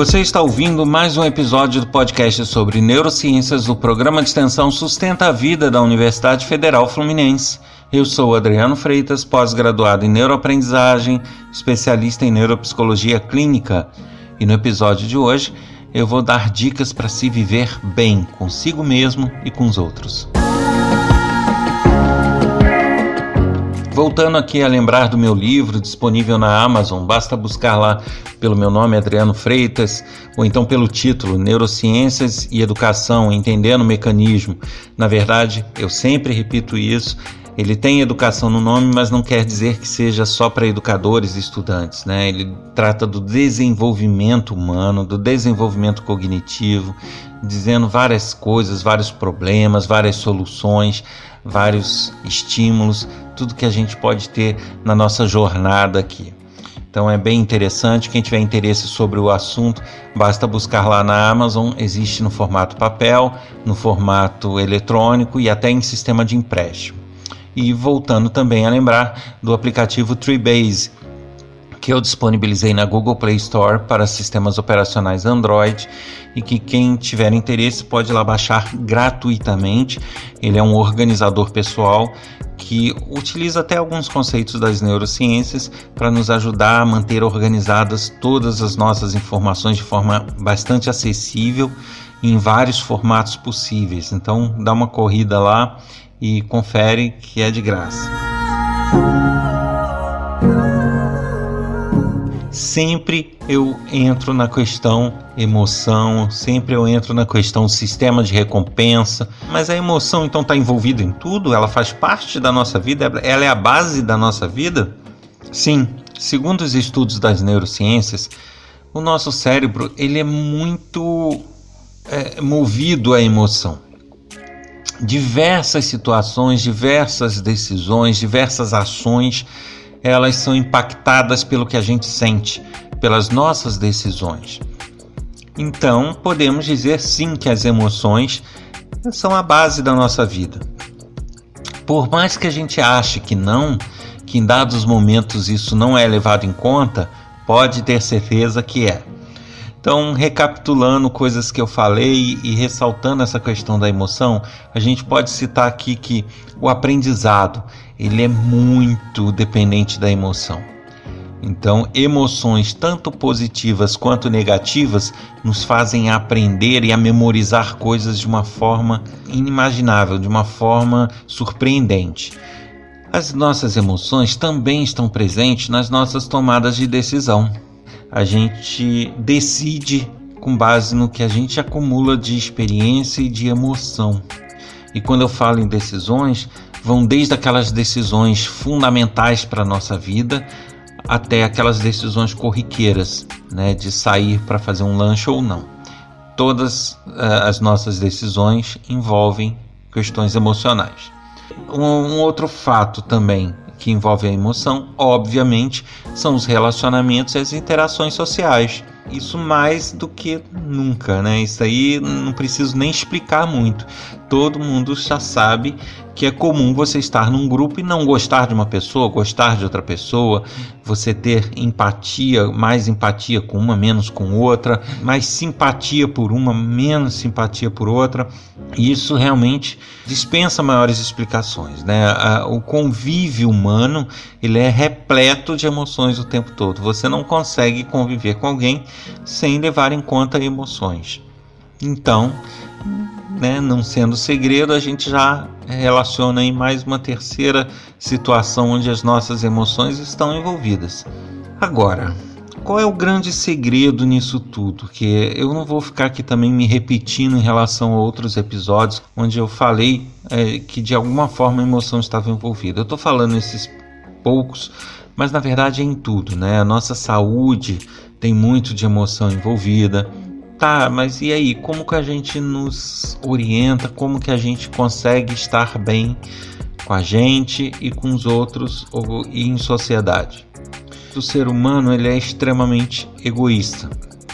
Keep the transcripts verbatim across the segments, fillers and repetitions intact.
Você está ouvindo mais um episódio do podcast sobre neurociências do programa de extensão Sustenta a Vida da Universidade Federal Fluminense. Eu sou Adriano Freitas, pós-graduado em neuroaprendizagem, especialista em neuropsicologia clínica. E no episódio de hoje eu vou dar dicas para se viver bem consigo mesmo e com os outros. Voltando aqui a lembrar do meu livro disponível na Amazon, basta buscar lá pelo meu nome, Adriano Freitas, ou então pelo título Neurociências e Educação, Entendendo o Mecanismo. Na verdade, eu sempre repito isso, ele tem educação no nome, mas não quer dizer que seja só para educadores e estudantes, né? Ele trata do desenvolvimento humano, do desenvolvimento cognitivo, dizendo várias coisas, vários problemas, várias soluções, vários estímulos, tudo que a gente pode ter na nossa jornada aqui. Então é bem interessante, quem tiver interesse sobre o assunto, basta buscar lá na Amazon, existe no formato papel, no formato eletrônico e até em sistema de empréstimo. E voltando também a lembrar do aplicativo Treebase, que eu disponibilizei na Google Play Store para sistemas operacionais Android e que quem tiver interesse pode lá baixar gratuitamente. Ele é um organizador pessoal que utiliza até alguns conceitos das neurociências para nos ajudar a manter organizadas todas as nossas informações de forma bastante acessível em vários formatos possíveis. Então dá uma corrida lá e confere que é de graça. Sempre eu entro na questão emoção, sempre eu entro na questão sistema de recompensa, mas a emoção então está envolvida em tudo? Ela faz parte da nossa vida? Ela é a base da nossa vida? Sim, segundo os estudos das neurociências, o nosso cérebro ele é muito é, movido à emoção. Diversas situações, diversas decisões, diversas ações, elas são impactadas pelo que a gente sente, pelas nossas decisões. Então, podemos dizer sim que as emoções são a base da nossa vida. Por mais que a gente ache que não, que em dados momentos isso não é levado em conta, pode ter certeza que é. Então, recapitulando coisas que eu falei e ressaltando essa questão da emoção, a gente pode citar aqui que o aprendizado, ele é muito dependente da emoção. Então, emoções tanto positivas quanto negativas nos fazem aprender e a memorizar coisas de uma forma inimaginável, de uma forma surpreendente. As nossas emoções também estão presentes nas nossas tomadas de decisão. A gente decide com base no que a gente acumula de experiência e de emoção. E quando eu falo em decisões, vão desde aquelas decisões fundamentais para a nossa vida até aquelas decisões corriqueiras, né, de sair para fazer um lanche ou não. Todas uh, as nossas decisões envolvem questões emocionais. Um, um outro fato também que envolve a emoção, obviamente, são os relacionamentos e as interações sociais. Isso mais do que nunca, né? Isso aí não preciso nem explicar muito. Todo mundo já sabe que é comum você estar num grupo e não gostar de uma pessoa, gostar de outra pessoa, você ter empatia, mais empatia com uma, menos com outra, mais simpatia por uma, menos simpatia por outra. E isso realmente dispensa maiores explicações, né? O convívio humano, ele é repleto de emoções o tempo todo. Você não consegue conviver com alguém sem levar em conta emoções. Então, né, não sendo segredo, a gente já relaciona em mais uma terceira situação onde as nossas emoções estão envolvidas. Agora, qual é o grande segredo nisso tudo? Que eu não vou ficar aqui também me repetindo em relação a outros episódios onde eu falei é, que de alguma forma a emoção estava envolvida. Eu estou falando esses poucos, mas na verdade é em tudo, né? A nossa saúde tem muito de emoção envolvida. Tá, mas e aí? Como que a gente nos orienta? Como que a gente consegue estar bem com a gente e com os outros ou, e em sociedade? O ser humano ele é extremamente egoísta.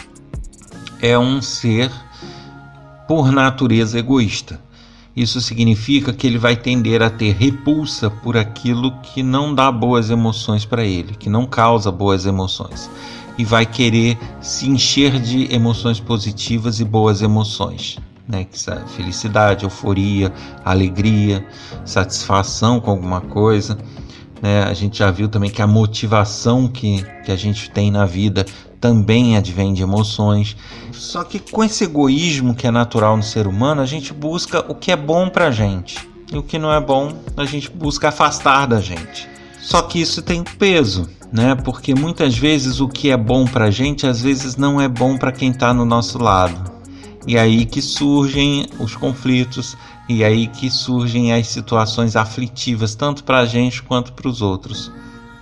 É um ser, por natureza, egoísta. Isso significa que ele vai tender a ter repulsa por aquilo que não dá boas emoções para ele, que não causa boas emoções. e vai querer se encher de emoções positivas e boas emoções, né? Felicidade, euforia, alegria, satisfação com alguma coisa, né? A gente já viu também que a motivação que, que a gente tem na vida também advém de emoções. Só que com esse egoísmo que é natural no ser humano, a gente busca o que é bom pra gente. E o que não é bom, a gente busca afastar da gente. Só que isso tem peso, né? Porque muitas vezes o que é bom pra gente, às vezes não é bom pra quem tá no nosso lado. E aí que surgem os conflitos, e aí que surgem as situações aflitivas, tanto pra gente quanto pros outros.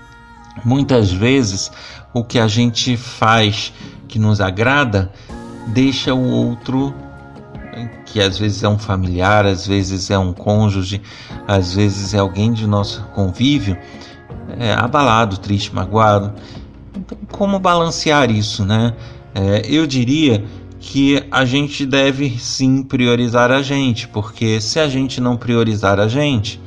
Muitas vezes o que a gente faz que nos agrada deixa o outro, que às vezes é um familiar, às vezes é um cônjuge, às vezes é alguém de nosso convívio, é, abalado, triste, magoado. Então, como balancear isso, né? É, eu diria que a gente deve sim priorizar a gente, porque se a gente não priorizar a gente,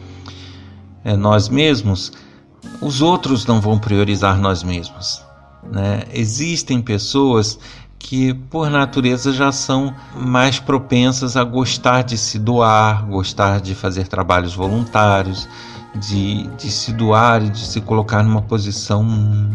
é, nós mesmos, os outros não vão priorizar nós mesmos, né? Existem pessoas que por natureza já são mais propensas a gostar de se doar, gostar de fazer trabalhos voluntários, de, de se doar e de se colocar numa posição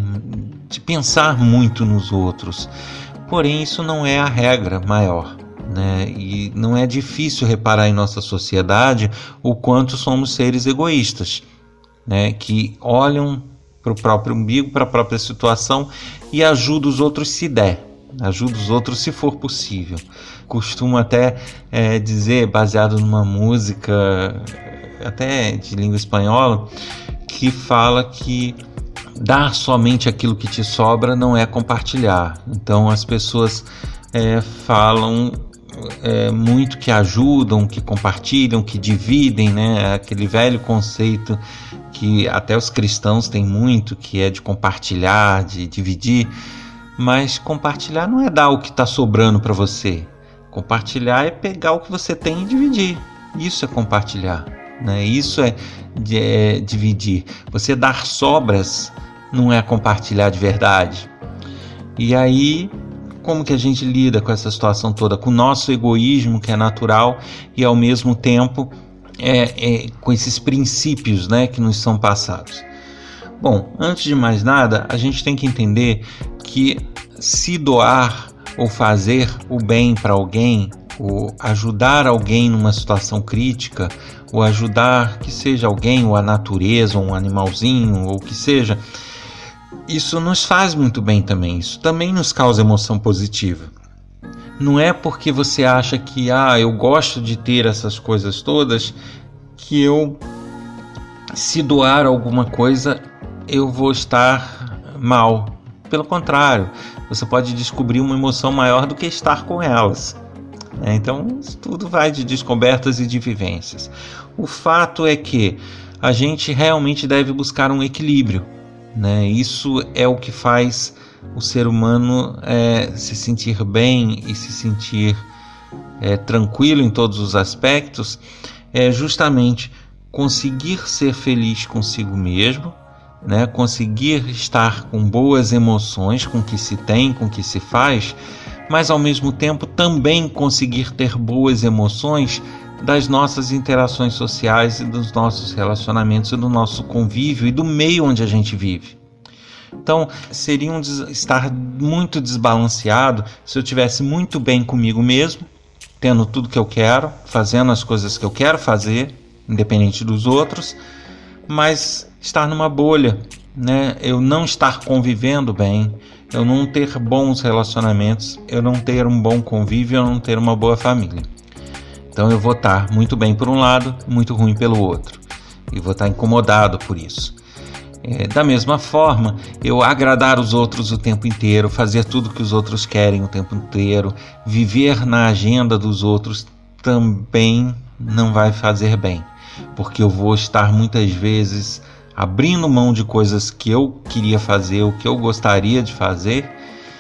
de pensar muito nos outros. Porém, isso não é a regra maior, né? E não é difícil reparar em nossa sociedade o quanto somos seres egoístas, né? Que olham para o próprio umbigo, para a própria situação e ajudam os outros se der. Ajuda os outros se for possível. Costumo até é, dizer, baseado numa música até de língua espanhola, que fala que dar somente aquilo que te sobra não é compartilhar. Então as pessoas é, falam é, muito que ajudam, que compartilham, que dividem, né? Aquele velho conceito que até os cristãos têm muito, que é de compartilhar, de dividir. Mas compartilhar não é dar o que está sobrando para você. Compartilhar é pegar o que você tem e dividir. Isso é compartilhar, né? Isso é, é dividir. Você dar sobras não é compartilhar de verdade. E aí, como que a gente lida com essa situação toda? Com o nosso egoísmo, que é natural, e ao mesmo tempo é, é, com esses princípios, né, que nos são passados. Bom, antes de mais nada, a gente tem que entender que se doar ou fazer o bem para alguém, ou ajudar alguém numa situação crítica, ou ajudar que seja alguém, ou a natureza, ou um animalzinho, ou o que seja, isso nos faz muito bem também, isso também nos causa emoção positiva. Não é porque você acha que, ah, eu gosto de ter essas coisas todas, que eu, se doar alguma coisa, eu vou estar mal. Pelo contrário, você pode descobrir uma emoção maior do que estar com elas. Então, isso tudo vai de descobertas e de vivências. O fato é que a gente realmente deve buscar um equilíbrio, né? Isso é o que faz o ser humano é, se sentir bem e se sentir é, tranquilo em todos os aspectos, é justamente conseguir ser feliz consigo mesmo, né? Conseguir estar com boas emoções, com o que se tem, com o que se faz, mas ao mesmo tempo também conseguir ter boas emoções das nossas interações sociais e dos nossos relacionamentos e do nosso convívio e do meio onde a gente vive. Então, seria um des- estar muito desbalanceado se eu estivesse muito bem comigo mesmo, tendo tudo que eu quero, fazendo as coisas que eu quero fazer, independente dos outros, mas estar numa bolha, né? Eu não estar convivendo bem, eu não ter bons relacionamentos, eu não ter um bom convívio, eu não ter uma boa família. Então eu vou estar muito bem por um lado, muito ruim pelo outro. E vou estar incomodado por isso. É, da mesma forma, eu agradar os outros o tempo inteiro, fazer tudo que os outros querem o tempo inteiro, viver na agenda dos outros também não vai fazer bem. Porque eu vou estar muitas vezes abrindo mão de coisas que eu queria fazer, o que eu gostaria de fazer,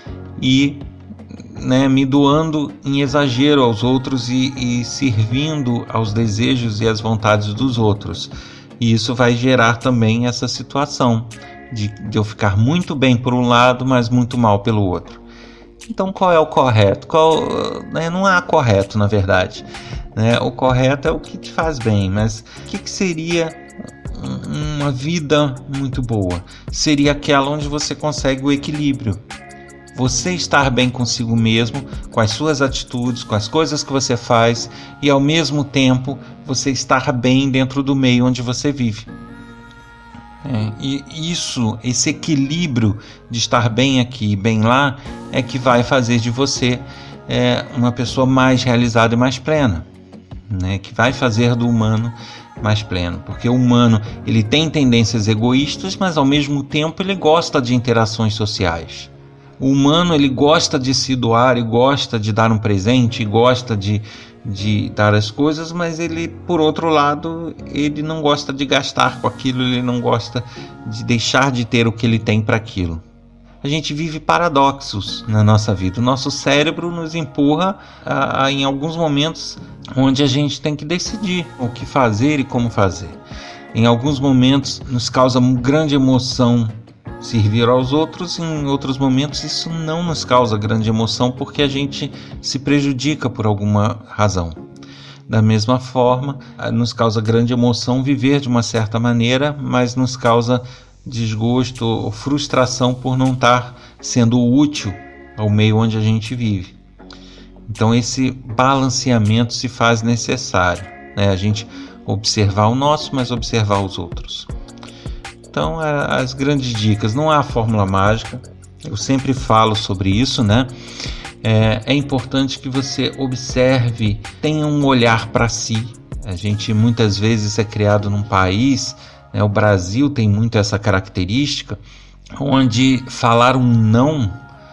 e né, me doando em exagero aos outros e, e servindo aos desejos e às vontades dos outros. E isso vai gerar também essa situação de, de eu ficar muito bem por um lado, mas muito mal pelo outro. Então qual é o correto? Qual, né, não há correto, na verdade. Né? O correto é o que te faz bem, mas o que, que seria uma vida muito boa? Seria aquela onde você consegue o equilíbrio. Você estar bem consigo mesmo, com as suas atitudes, com as coisas que você faz, e ao mesmo tempo você estar bem dentro do meio onde você vive. É, e isso, esse equilíbrio de estar bem aqui e bem lá, é que vai fazer de você é, uma pessoa mais realizada e mais plena, né? Que vai fazer do humano mais pleno, porque o humano ele tem tendências egoístas, mas ao mesmo tempo ele gosta de interações sociais. O humano ele gosta de se doar e gosta de dar um presente, e gosta de, de dar as coisas, mas ele, por outro lado, ele não gosta de gastar com aquilo, ele não gosta de deixar de ter o que ele tem para aquilo. A gente vive paradoxos na nossa vida. O nosso cérebro nos empurra a, a, em alguns momentos onde a gente tem que decidir o que fazer e como fazer. Em alguns momentos nos causa grande emoção servir aos outros, em outros momentos isso não nos causa grande emoção porque a gente se prejudica por alguma razão. Da mesma forma, nos causa grande emoção viver de uma certa maneira, mas nos causa desgosto ou frustração por não estar sendo útil ao meio onde a gente vive. Então esse balanceamento se faz necessário, né? A gente observar o nosso, mas observar os outros. Então, as grandes dicas, não há fórmula mágica, eu sempre falo sobre isso, né? É, é importante que você observe, tenha um olhar para si. A gente muitas vezes é criado num país, né, o Brasil tem muito essa característica, onde falar um não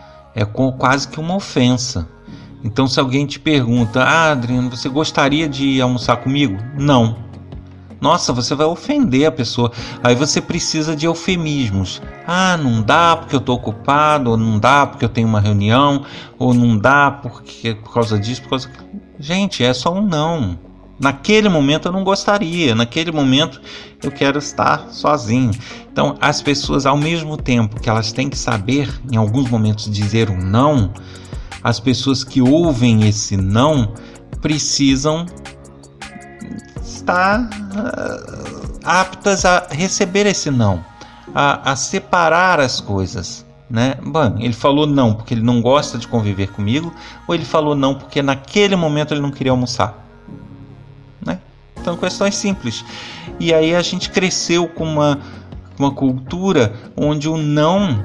é quase que uma ofensa. Então, se alguém te pergunta, ah, Adriano, você gostaria de almoçar comigo? Não. Nossa, você vai ofender a pessoa. Aí você precisa de eufemismos. Ah, não dá porque eu estou ocupado, ou não dá porque eu tenho uma reunião, ou não dá porque por causa disso, por causa... Gente, é só um não. Naquele momento eu não gostaria, naquele momento eu quero estar sozinho. Então, as pessoas, ao mesmo tempo que elas têm que saber, em alguns momentos, dizer um não, as pessoas que ouvem esse não precisam estar uh, aptas a receber esse não, a, a separar as coisas, né? Bom, ele falou não porque ele não gosta de conviver comigo, ou ele falou não porque naquele momento ele não queria almoçar, né? Então, questões simples. E aí a gente cresceu com uma, uma cultura onde o não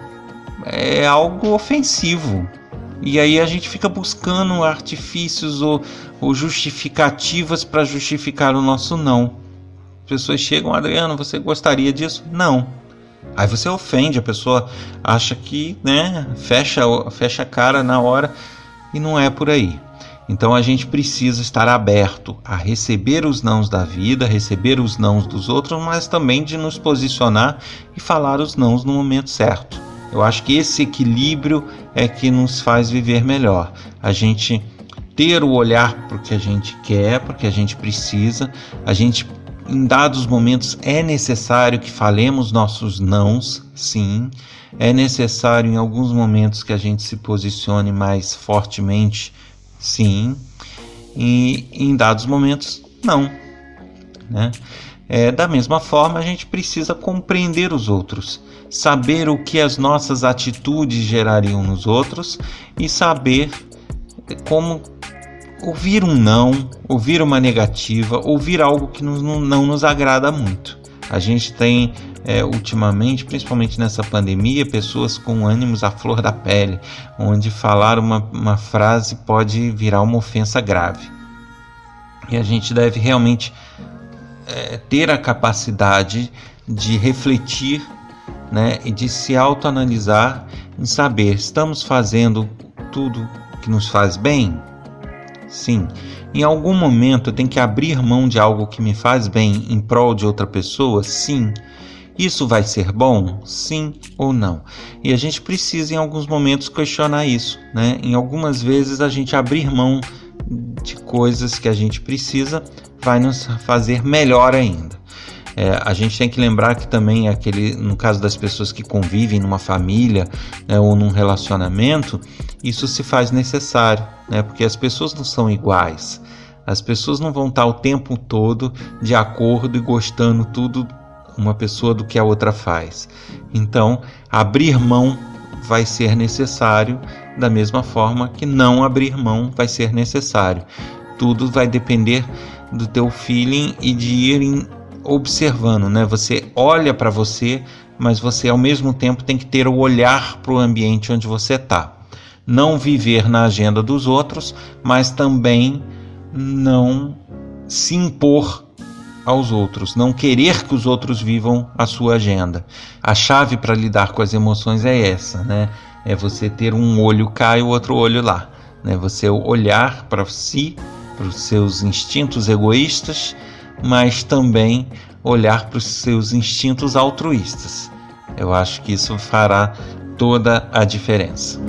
é algo ofensivo. E aí a gente fica buscando artifícios ou, ou justificativas para justificar o nosso não. As pessoas chegam, Adriano, você gostaria disso? Não. Aí você ofende, a pessoa acha que, né, fecha, fecha a cara na hora, e não é por aí. Então a gente precisa estar aberto a receber os nãos da vida, receber os nãos dos outros, mas também de nos posicionar e falar os nãos no momento certo. Eu acho que esse equilíbrio é que nos faz viver melhor. A gente ter o olhar para o que a gente quer, para o que a gente precisa. A gente, em dados momentos, é necessário que falemos nossos nãos, sim. É necessário, em alguns momentos, que a gente se posicione mais fortemente, sim. E em dados momentos, não, né? É, da mesma forma, a gente precisa compreender os outros, saber o que as nossas atitudes gerariam nos outros e saber como ouvir um não, ouvir uma negativa, ouvir algo que nos, não, não nos agrada muito. A gente tem, é, ultimamente, principalmente nessa pandemia, pessoas com ânimos à flor da pele, onde falar uma, uma frase pode virar uma ofensa grave. E a gente deve realmente é, ter a capacidade de refletir, né, e de se autoanalisar em saber, estamos fazendo tudo que nos faz bem? Sim. Em algum momento eu tenho que abrir mão de algo que me faz bem em prol de outra pessoa? Sim. Isso vai ser bom? Sim ou não? E a gente precisa em alguns momentos questionar isso, né? Em algumas vezes a gente abrir mão de coisas que a gente precisa vai nos fazer melhor ainda. É, a gente tem que lembrar que também aquele, no caso das pessoas que convivem numa família, né, ou num relacionamento, isso se faz necessário, né, porque as pessoas não são iguais. As pessoas não vão estar o tempo todo de acordo e gostando tudo uma pessoa do que a outra faz. Então, abrir mão vai ser necessário, da mesma forma que não abrir mão vai ser necessário. Tudo vai depender do teu feeling e de ir observando, né? Você olha para você, mas você ao mesmo tempo tem que ter o olhar para o ambiente onde você está. Não viver na agenda dos outros, mas também não se impor aos outros, não querer que os outros vivam a sua agenda. A chave para lidar com as emoções é essa, né? É você ter um olho cá e o outro olho lá, né? Você olhar para si, para os seus instintos egoístas, mas também olhar para os seus instintos altruístas. Eu acho que isso fará toda a diferença.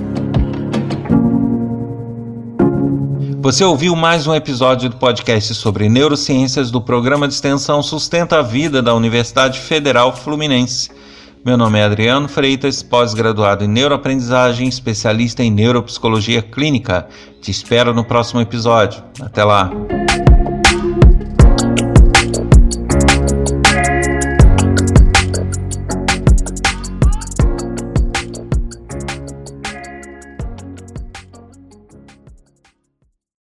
Você ouviu mais um episódio do podcast sobre neurociências do programa de extensão Sustenta a Vida da Universidade Federal Fluminense. Meu nome é Adriano Freitas, pós-graduado em neuroaprendizagem, especialista em neuropsicologia clínica. Te espero no próximo episódio. Até lá!